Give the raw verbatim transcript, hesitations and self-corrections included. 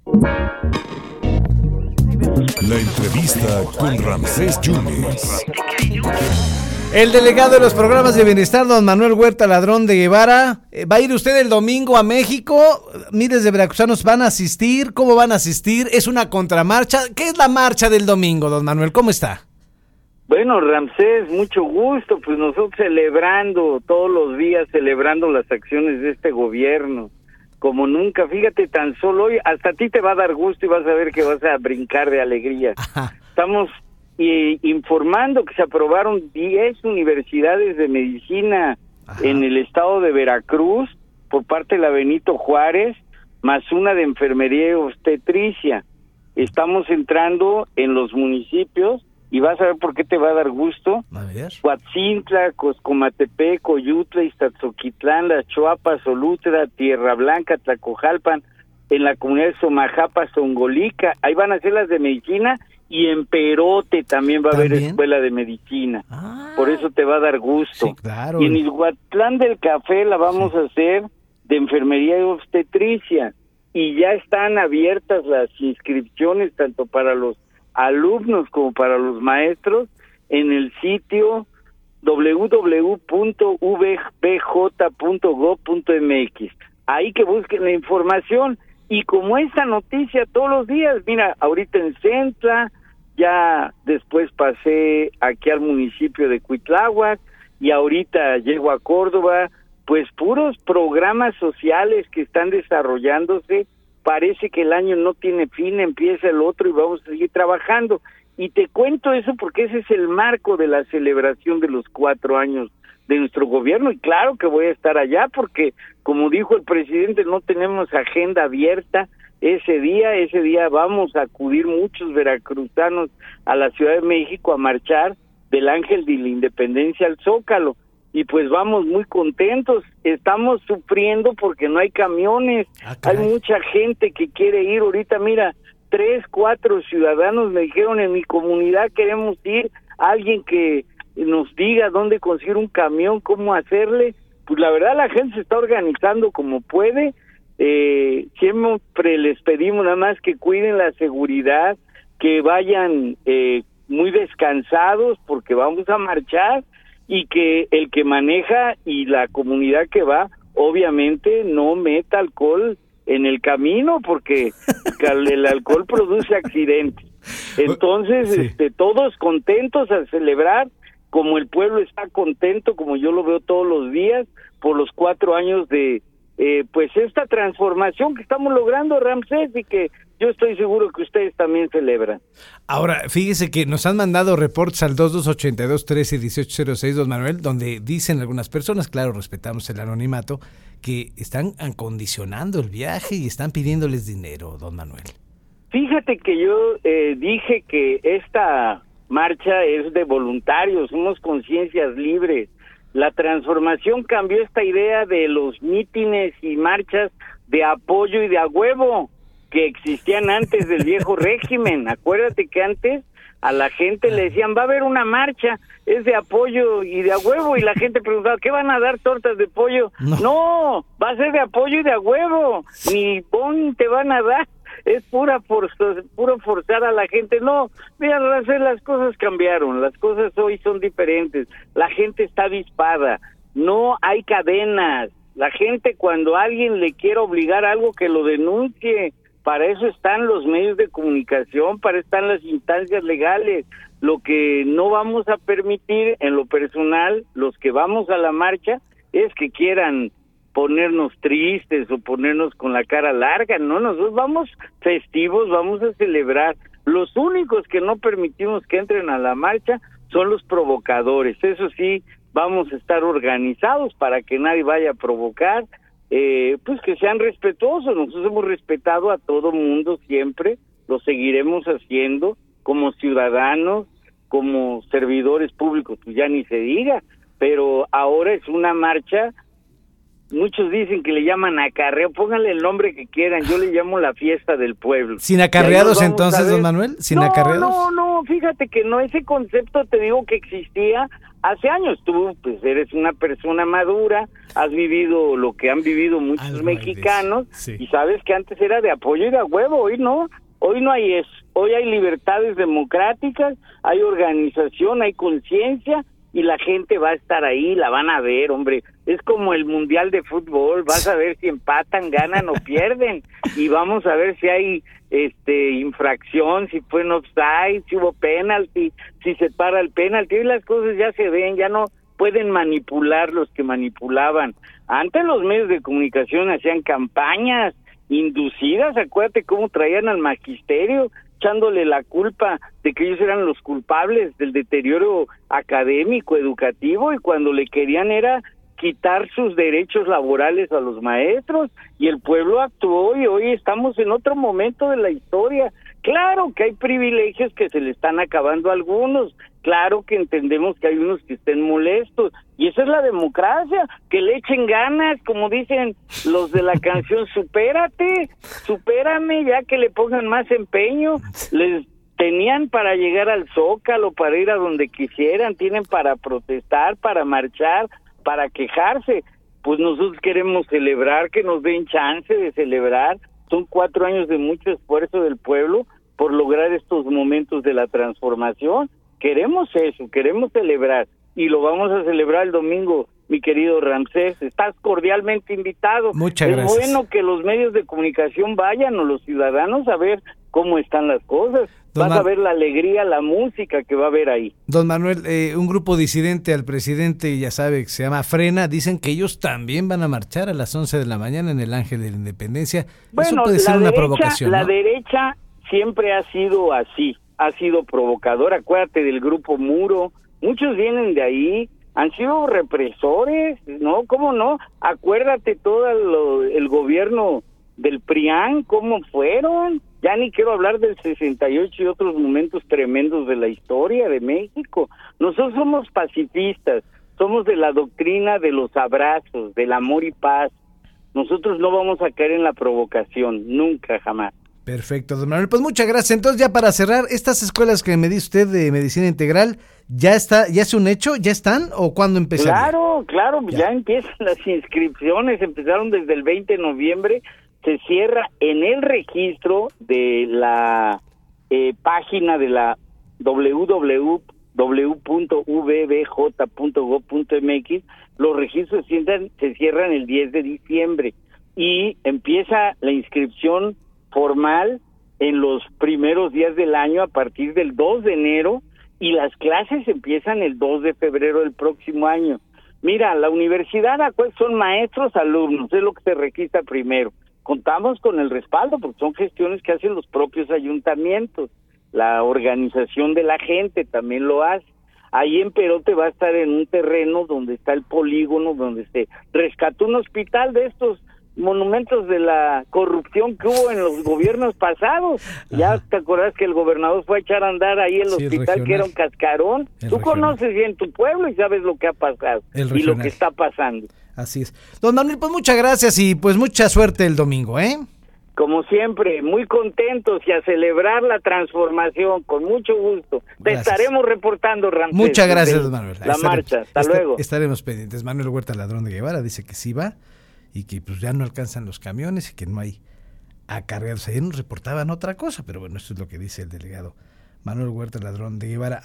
La entrevista con Ramsés Yunes. El delegado de los programas de bienestar, don Manuel Huerta Ladrón de Guevara. ¿Va a ir usted el domingo a México? Miles de veracruzanos van a asistir. ¿Cómo van a asistir? ¿Es una contramarcha? ¿Qué es la marcha del domingo, don Manuel? ¿Cómo está? Bueno, Ramsés, mucho gusto. Pues nosotros celebrando todos los días, celebrando las acciones de este gobierno. Como nunca, fíjate, tan solo hoy, hasta a ti te va a dar gusto y vas a ver que vas a brincar de alegría. Ajá. Estamos y, informando que se aprobaron diez universidades de medicina Ajá. en el estado de Veracruz por parte de la Benito Juárez, más una de enfermería y obstetricia. Estamos entrando en los municipios y vas a ver por qué te va a dar gusto. A ver. Coatzintla, Coscomatepec, Coyutla, Iztazoquitlán, La Choapa, Solutla, Tierra Blanca, Tlacojalpan, en la comunidad de Somajapa, Zongolica. Ahí van a ser las de medicina, y en Perote también va a haber escuela de medicina. Ah, por eso te va a dar gusto. Sí, claro. Y en Izhuatlán del Café la vamos sí. a hacer de enfermería y obstetricia. Y ya están abiertas las inscripciones tanto para los alumnos como para los maestros en el sitio doble u doble u doble u punto v b j punto gob punto m x. Ahí que busquen la información. Y como esta noticia todos los días, mira, ahorita en Centla, ya después pasé aquí al municipio de Cuitláhuac y ahorita llego a Córdoba, pues puros programas sociales que están desarrollándose. Parece que el año no tiene fin, empieza el otro y vamos a seguir trabajando. Y te cuento eso porque ese es el marco de la celebración de los cuatro años de nuestro gobierno. Y claro que voy a estar allá porque, como dijo el presidente, no tenemos agenda abierta ese día. Ese día vamos a acudir muchos veracruzanos a la Ciudad de México a marchar del Ángel de la Independencia al Zócalo. Y pues vamos muy contentos, estamos sufriendo porque no hay camiones, ah, hay mucha gente que quiere ir. Ahorita mira, tres, cuatro ciudadanos me dijeron: en mi comunidad queremos ir, alguien que nos diga dónde conseguir un camión, cómo hacerle. Pues la verdad la gente se está organizando como puede. Eh, siempre les pedimos nada más que cuiden la seguridad, que vayan eh, muy descansados porque vamos a marchar, y que el que maneja y la comunidad que va, obviamente no meta alcohol en el camino, porque el alcohol produce accidentes. Entonces, sí. este, todos contentos a celebrar, como el pueblo está contento, como yo lo veo todos los días, por los cuatro años de, eh, pues, esta transformación que estamos logrando, Ramsés, y que yo estoy seguro que ustedes también celebran. Ahora, fíjese que nos han mandado reportes al dos dos ocho dos, uno tres uno ocho cero seis, don Manuel, donde dicen algunas personas, claro, respetamos el anonimato, que están acondicionando el viaje y están pidiéndoles dinero, don Manuel. Fíjate que yo eh, dije que esta marcha es de voluntarios, somos conciencias libres. La transformación cambió esta idea de los mítines y marchas de apoyo y de a huevo que existían antes del viejo régimen. Acuérdate que antes a la gente le decían: va a haber una marcha, es de apoyo y de a huevo, y la gente preguntaba: ¿qué van a dar, tortas de pollo? No, no, va a ser de apoyo y de a huevo, ni bon te van a dar, es pura forza, puro forzar a la gente. No, mira, las cosas cambiaron, las cosas hoy son diferentes, la gente está avispada, no hay cadenas, la gente cuando alguien le quiere obligar algo que lo denuncie. Para eso están los medios de comunicación, para eso están las instancias legales. Lo que no vamos a permitir en lo personal, los que vamos a la marcha, es que quieran ponernos tristes o ponernos con la cara larga. No, nosotros vamos festivos, vamos a celebrar. Los únicos que no permitimos que entren a la marcha son los provocadores. Eso sí, vamos a estar organizados para que nadie vaya a provocar. Eh, pues que sean respetuosos. Nosotros hemos respetado a todo mundo siempre, lo seguiremos haciendo como ciudadanos, como servidores públicos, pues ya ni se diga, pero ahora es una marcha, muchos dicen que le llaman acarreo, pónganle el nombre que quieran, yo le llamo la fiesta del pueblo. ¿Sin acarreados entonces, don Manuel? ¿Sin no, acarreados? No, no, fíjate que no, ese concepto te digo que existía hace años. Tú pues eres una persona madura, has vivido lo que han vivido muchos Algo mexicanos, sí. y sabes que antes era de apoyo y de huevo, hoy no, hoy no hay eso, hoy hay libertades democráticas, hay organización, hay conciencia, y la gente va a estar ahí, la van a ver, hombre. Es como el mundial de fútbol, vas a ver si empatan, ganan o pierden, y vamos a ver si hay este infracción, si fue en offside, si hubo penalti, si se para el penalti, y las cosas ya se ven, ya no pueden manipular los que manipulaban. Antes los medios de comunicación hacían campañas inducidas, acuérdate cómo traían al magisterio, echándole la culpa de que ellos eran los culpables del deterioro académico, educativo, y cuando le querían era quitar sus derechos laborales a los maestros, y el pueblo actuó, y hoy estamos en otro momento de la historia. Claro que hay privilegios que se le están acabando a algunos, claro que entendemos que hay unos que estén molestos, y esa es la democracia, que le echen ganas, como dicen los de la canción, supérate, supérame, ya que le pongan más empeño. Les tenían para llegar al Zócalo, para ir a donde quisieran, tienen para protestar, para marchar, para quejarse. Pues nosotros queremos celebrar, que nos den chance de celebrar. Son cuatro años de mucho esfuerzo del pueblo por lograr estos momentos de la transformación. Queremos eso, queremos celebrar, y lo vamos a celebrar el domingo, mi querido Ramsés. Estás cordialmente invitado. Muchas es gracias. Es bueno que los medios de comunicación vayan, o los ciudadanos, a ver cómo están las cosas. Don Vas Ma- a ver la alegría, la música que va a haber ahí. Don Manuel, eh, un grupo disidente al presidente, ya sabe, que se llama Frena, dicen que ellos también van a marchar a las once de la mañana en el Ángel de la Independencia. Bueno, Eso puede la ser una derecha, provocación, la ¿no? derecha siempre ha sido así, ha sido provocadora. Acuérdate del grupo Muro, muchos vienen de ahí, han sido represores, ¿no? ¿Cómo no? Acuérdate todo lo, el gobierno del PRIAN, cómo fueron. Ya ni quiero hablar del sesenta y ocho y otros momentos tremendos de la historia de México. Nosotros somos pacifistas, somos de la doctrina de los abrazos, del amor y paz. Nosotros no vamos a caer en la provocación, nunca, jamás. Perfecto, don Manuel. Pues muchas gracias. Entonces, ya para cerrar, estas escuelas que me dice usted de medicina integral, ¿ya está, ya es un hecho? ¿Ya están? ¿O cuándo empezaron? Claro, claro, Ya. ya empiezan las inscripciones, empezaron desde el veinte de noviembre, se cierra en el registro de la eh, página de la doble u doble u doble u punto v b j punto gov punto m x, los registros se cierran, se cierran el diez de diciembre y empieza la inscripción formal en los primeros días del año a partir del dos de enero, y las clases empiezan el dos de febrero del próximo año. Mira, la universidad son maestros, alumnos, es lo que se registra primero. Contamos con el respaldo porque son gestiones que hacen los propios ayuntamientos. La organización de la gente también lo hace. Ahí en Perote va a estar en un terreno donde está el polígono, donde se rescató un hospital de estos monumentos de la corrupción que hubo en los gobiernos pasados. Ya Ajá. te acuerdas que el gobernador fue a echar a andar ahí el Sí, hospital regional. que era un cascarón. El Tú regional. conoces bien tu pueblo y sabes lo que ha pasado El y lo regional. que está pasando. Así es. Don Manuel, pues muchas gracias y pues mucha suerte el domingo, ¿eh? Como siempre, muy contentos y a celebrar la transformación, con mucho gusto. Te Gracias. estaremos reportando, Ramsés. Muchas gracias, desde don Manuel. La Estaremos- marcha, hasta esta- luego. Estaremos pendientes. Manuel Huerta Ladrón de Guevara dice que sí va y que pues ya no alcanzan los camiones y que no hay acarreados. Ayer nos reportaban otra cosa, pero bueno, esto es lo que dice el delegado Manuel Huerta Ladrón de Guevara.